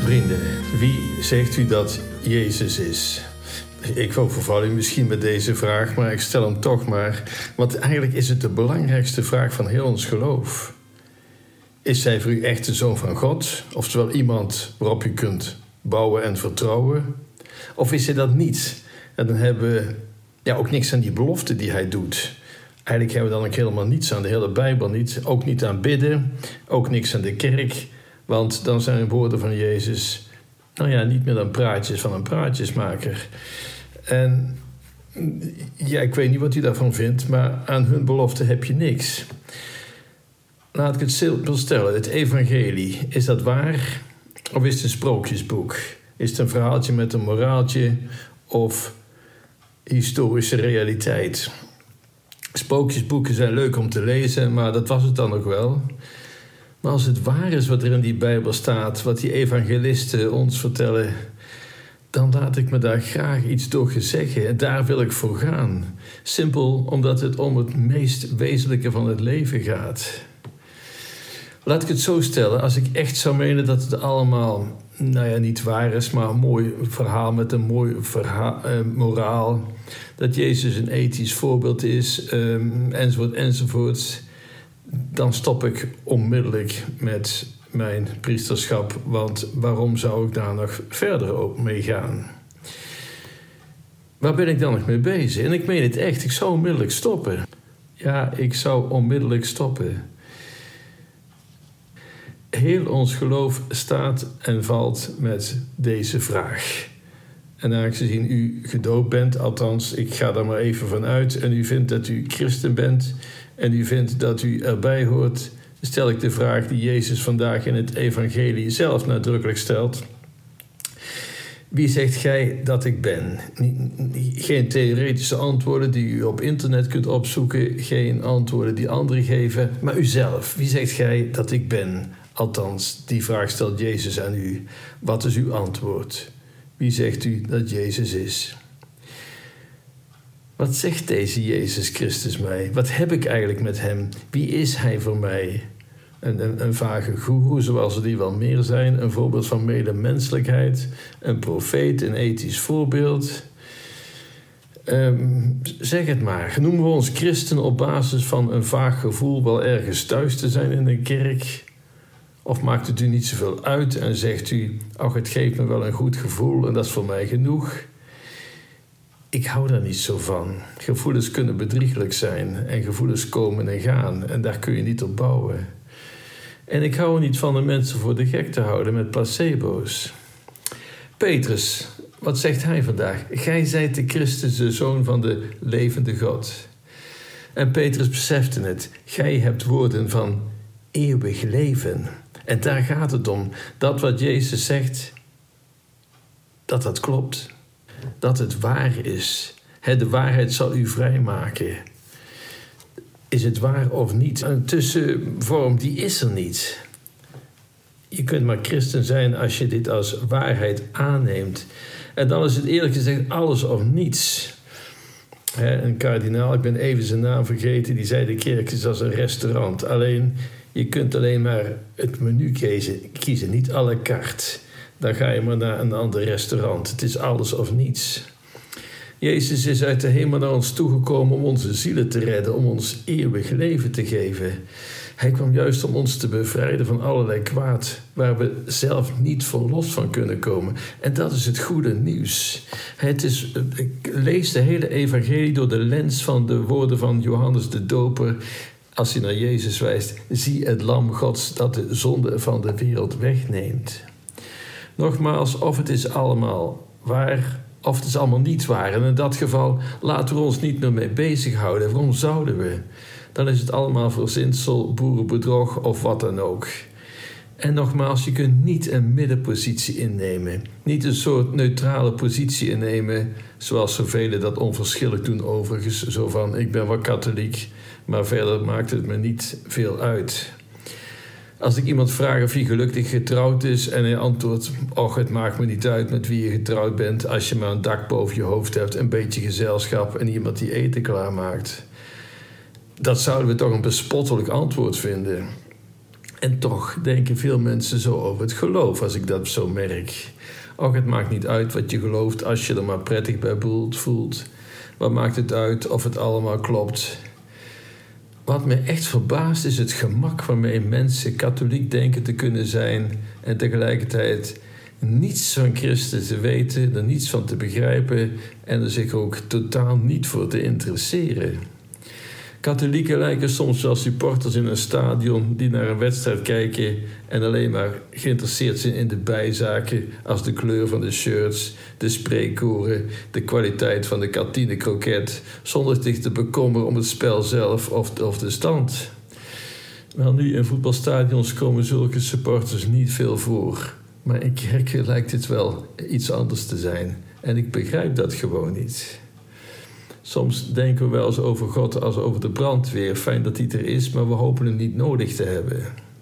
Vrienden, wie zegt u dat Jezus is? Ik overval u misschien met deze vraag, maar ik stel hem toch maar. Want eigenlijk is het de belangrijkste vraag van heel ons geloof. Is hij voor u echt de Zoon van God? Oftewel iemand waarop u kunt bouwen en vertrouwen? Of is hij dat niet? En dan hebben we ook niks aan die belofte die hij doet. Eigenlijk hebben we dan ook helemaal niets aan de hele Bijbel niet. Ook niet aan bidden, ook niks aan de kerk. Want dan zijn de woorden van Jezus, niet meer dan praatjes van een praatjesmaker. En ik weet niet wat u daarvan vindt, maar aan hun belofte heb je niks. Laat ik het simpel stellen. Het evangelie, is dat waar? Of is het een sprookjesboek? Is het een verhaaltje met een moraaltje? Of historische realiteit? Sprookjesboeken zijn leuk om te lezen, maar dat was het dan nog wel. Maar als het waar is wat er in die Bijbel staat, wat die evangelisten ons vertellen, dan laat ik me daar graag iets door zeggen. En daar wil ik voor gaan. Simpel omdat het om het meest wezenlijke van het leven gaat. Laat ik het zo stellen, als ik echt zou menen dat het allemaal, niet waar is, maar een mooi verhaal met een mooi moraal, dat Jezus een ethisch voorbeeld is, enzovoort, dan stop ik onmiddellijk met mijn priesterschap, want waarom zou ik daar nog verder ook mee gaan? Waar ben ik dan nog mee bezig? En ik meen het echt, ik zou onmiddellijk stoppen. Ja, ik zou onmiddellijk stoppen. Heel ons geloof staat en valt met deze vraag. En aangezien u gedoopt bent, althans, ik ga daar maar even van uit, en u vindt dat u christen bent en u vindt dat u erbij hoort, stel ik de vraag die Jezus vandaag in het evangelie zelf nadrukkelijk stelt. Wie zegt gij dat ik ben? Geen theoretische antwoorden die u op internet kunt opzoeken, geen antwoorden die anderen geven, maar uzelf. Wie zegt gij dat ik ben? Althans, die vraag stelt Jezus aan u. Wat is uw antwoord? Wie zegt u dat Jezus is? Wat zegt deze Jezus Christus mij? Wat heb ik eigenlijk met hem? Wie is hij voor mij? Een vage goeroe, zoals er die wel meer zijn. Een voorbeeld van medemenselijkheid. Een profeet, een ethisch voorbeeld. Zeg het maar. Noemen we ons christen op basis van een vaag gevoel wel ergens thuis te zijn in een kerk? Of maakt het u niet zoveel uit en zegt u, het geeft me wel een goed gevoel en dat is voor mij genoeg? Ik hou daar niet zo van. Gevoelens kunnen bedrieglijk zijn en gevoelens komen en gaan en daar kun je niet op bouwen. En ik hou er niet van de mensen voor de gek te houden met placebo's. Petrus, wat zegt hij vandaag? Gij zijt de Christus, de Zoon van de levende God. En Petrus besefte het. Gij hebt woorden van eeuwig leven. En daar gaat het om. Dat wat Jezus zegt, dat klopt. Dat het waar is. De waarheid zal u vrijmaken. Is het waar of niet? Een tussenvorm, die is er niet. Je kunt maar christen zijn als je dit als waarheid aanneemt. En dan is het eerlijk gezegd alles of niets. Een kardinaal, ik ben even zijn naam vergeten, die zei de kerk is als een restaurant. Alleen, je kunt alleen maar het menu kiezen, niet à la carte. Dan ga je maar naar een ander restaurant. Het is alles of niets. Jezus is uit de hemel naar ons toegekomen om onze zielen te redden, om ons eeuwig leven te geven. Hij kwam juist om ons te bevrijden van allerlei kwaad, waar we zelf niet verlost van kunnen komen. En dat is het goede nieuws. Lees de hele evangelie door de lens van de woorden van Johannes de Doper. Als hij naar Jezus wijst, zie het lam Gods dat de zonde van de wereld wegneemt. Nogmaals, of het is allemaal waar, of het is allemaal niet waar. En in dat geval laten we ons niet meer mee bezighouden. Waarom zouden we? Dan is het allemaal verzinsel, boerenbedrog of wat dan ook. En nogmaals, je kunt niet een middenpositie innemen. Niet een soort neutrale positie innemen, zoals zoveel dat onverschillig doen overigens. Zo van, ik ben wel katholiek, maar verder maakt het me niet veel uit. Als ik iemand vraag of hij gelukkig getrouwd is en hij antwoordt, het maakt me niet uit met wie je getrouwd bent, als je maar een dak boven je hoofd hebt, een beetje gezelschap en iemand die eten klaarmaakt. Dat zouden we toch een bespottelijk antwoord vinden. En toch denken veel mensen zo over het geloof, als ik dat zo merk. Och, het maakt niet uit wat je gelooft als je er maar prettig bij voelt. Wat maakt het uit of het allemaal klopt? Wat me echt verbaast is het gemak waarmee mensen katholiek denken te kunnen zijn en tegelijkertijd niets van Christus te weten, er niets van te begrijpen en er zich ook totaal niet voor te interesseren. Katholieken lijken soms wel supporters in een stadion die naar een wedstrijd kijken en alleen maar geïnteresseerd zijn in de bijzaken als de kleur van de shirts, de spreekkoren, de kwaliteit van de kantine kroket, zonder zich te bekommeren om het spel zelf of de stand. Wel nu, in voetbalstadions komen zulke supporters niet veel voor. Maar in kerken lijkt het wel iets anders te zijn. En ik begrijp dat gewoon niet. Soms denken we wel eens over God als over de brandweer. Fijn dat die er is, maar we hopen hem niet nodig te hebben.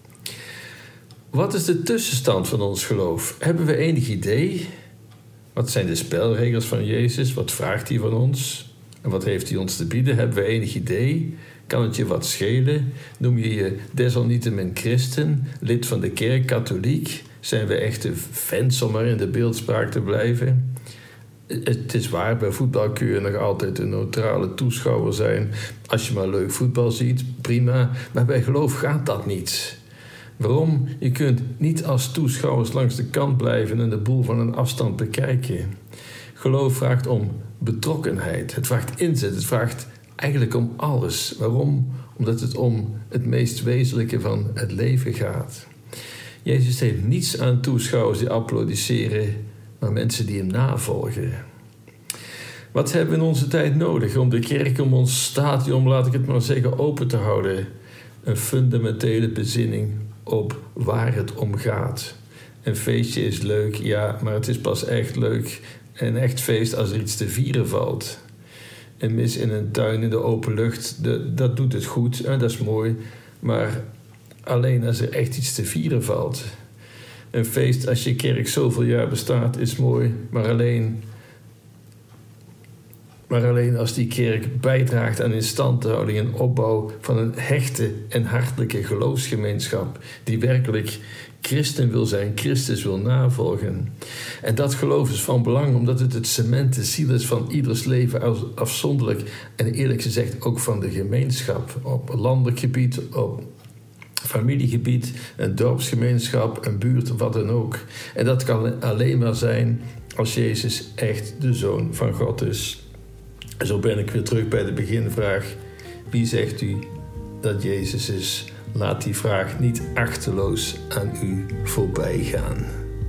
Wat is de tussenstand van ons geloof? Hebben we enig idee? Wat zijn de spelregels van Jezus? Wat vraagt hij van ons? En wat heeft hij ons te bieden? Hebben we enig idee? Kan het je wat schelen? Noem je je desalniettemin christen, lid van de kerk, katholiek? Zijn we echte fans om maar in de beeldspraak te blijven? Het is waar, bij voetbal kun je nog altijd een neutrale toeschouwer zijn. Als je maar leuk voetbal ziet, prima. Maar bij geloof gaat dat niet. Waarom? Je kunt niet als toeschouwers langs de kant blijven en de boel van een afstand bekijken. Geloof vraagt om betrokkenheid. Het vraagt inzet. Het vraagt eigenlijk om alles. Waarom? Omdat het om het meest wezenlijke van het leven gaat. Jezus heeft niets aan toeschouwers die applaudisseren, maar mensen die hem navolgen. Wat hebben we in onze tijd nodig om de kerk, om ons stadion, laat ik het maar zeggen, open te houden? Een fundamentele bezinning op waar het om gaat. Een feestje is leuk, ja, maar het is pas echt leuk en echt feest als er iets te vieren valt. Een mis in een tuin in de open lucht, dat doet het goed en dat is mooi, maar alleen als er echt iets te vieren valt. Een feest als je kerk zoveel jaar bestaat is mooi, maar alleen als die kerk bijdraagt aan instandhouding en opbouw van een hechte en hartelijke geloofsgemeenschap die werkelijk christen wil zijn, Christus wil navolgen. En dat geloof is van belang omdat het cement, de ziel is van ieders leven afzonderlijk en eerlijk gezegd ook van de gemeenschap op landelijk gebied, op familiegebied, een dorpsgemeenschap, een buurt, wat dan ook. En dat kan alleen maar zijn als Jezus echt de Zoon van God is. En zo ben ik weer terug bij de beginvraag. Wie zegt u dat Jezus is? Laat die vraag niet achteloos aan u voorbij gaan.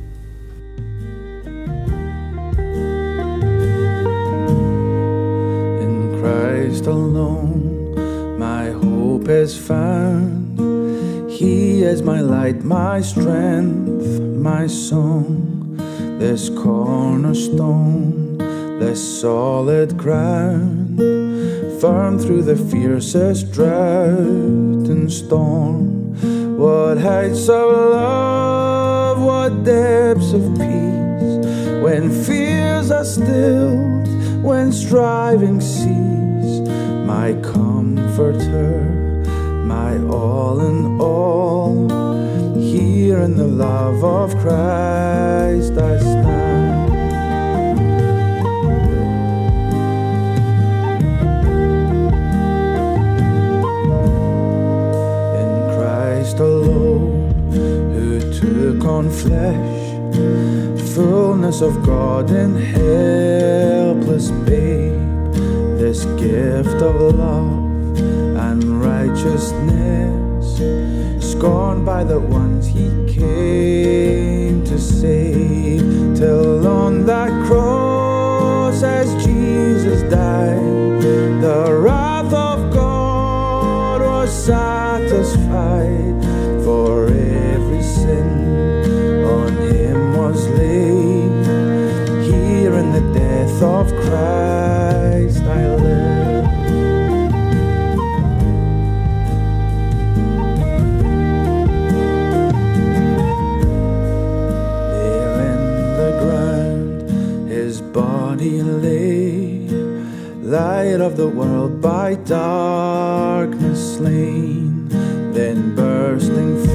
In Christ alone, my hope is found. He is my light, my strength, my song. This cornerstone, this solid ground, firm through the fiercest drought and storm. What heights of love, what depths of peace, when fears are stilled, when striving cease. My comforter, my all in all, here in the love of Christ I stand. In Christ alone, who took on flesh, fullness of God in helpless babe, this gift of love and righteousness, scorned by the ones he came to save, till on that cross as Jesus died, the wrath of God was satisfied, for every sin on him was laid. Here in the death of Christ I live. Body lay, light of the world by darkness slain, then bursting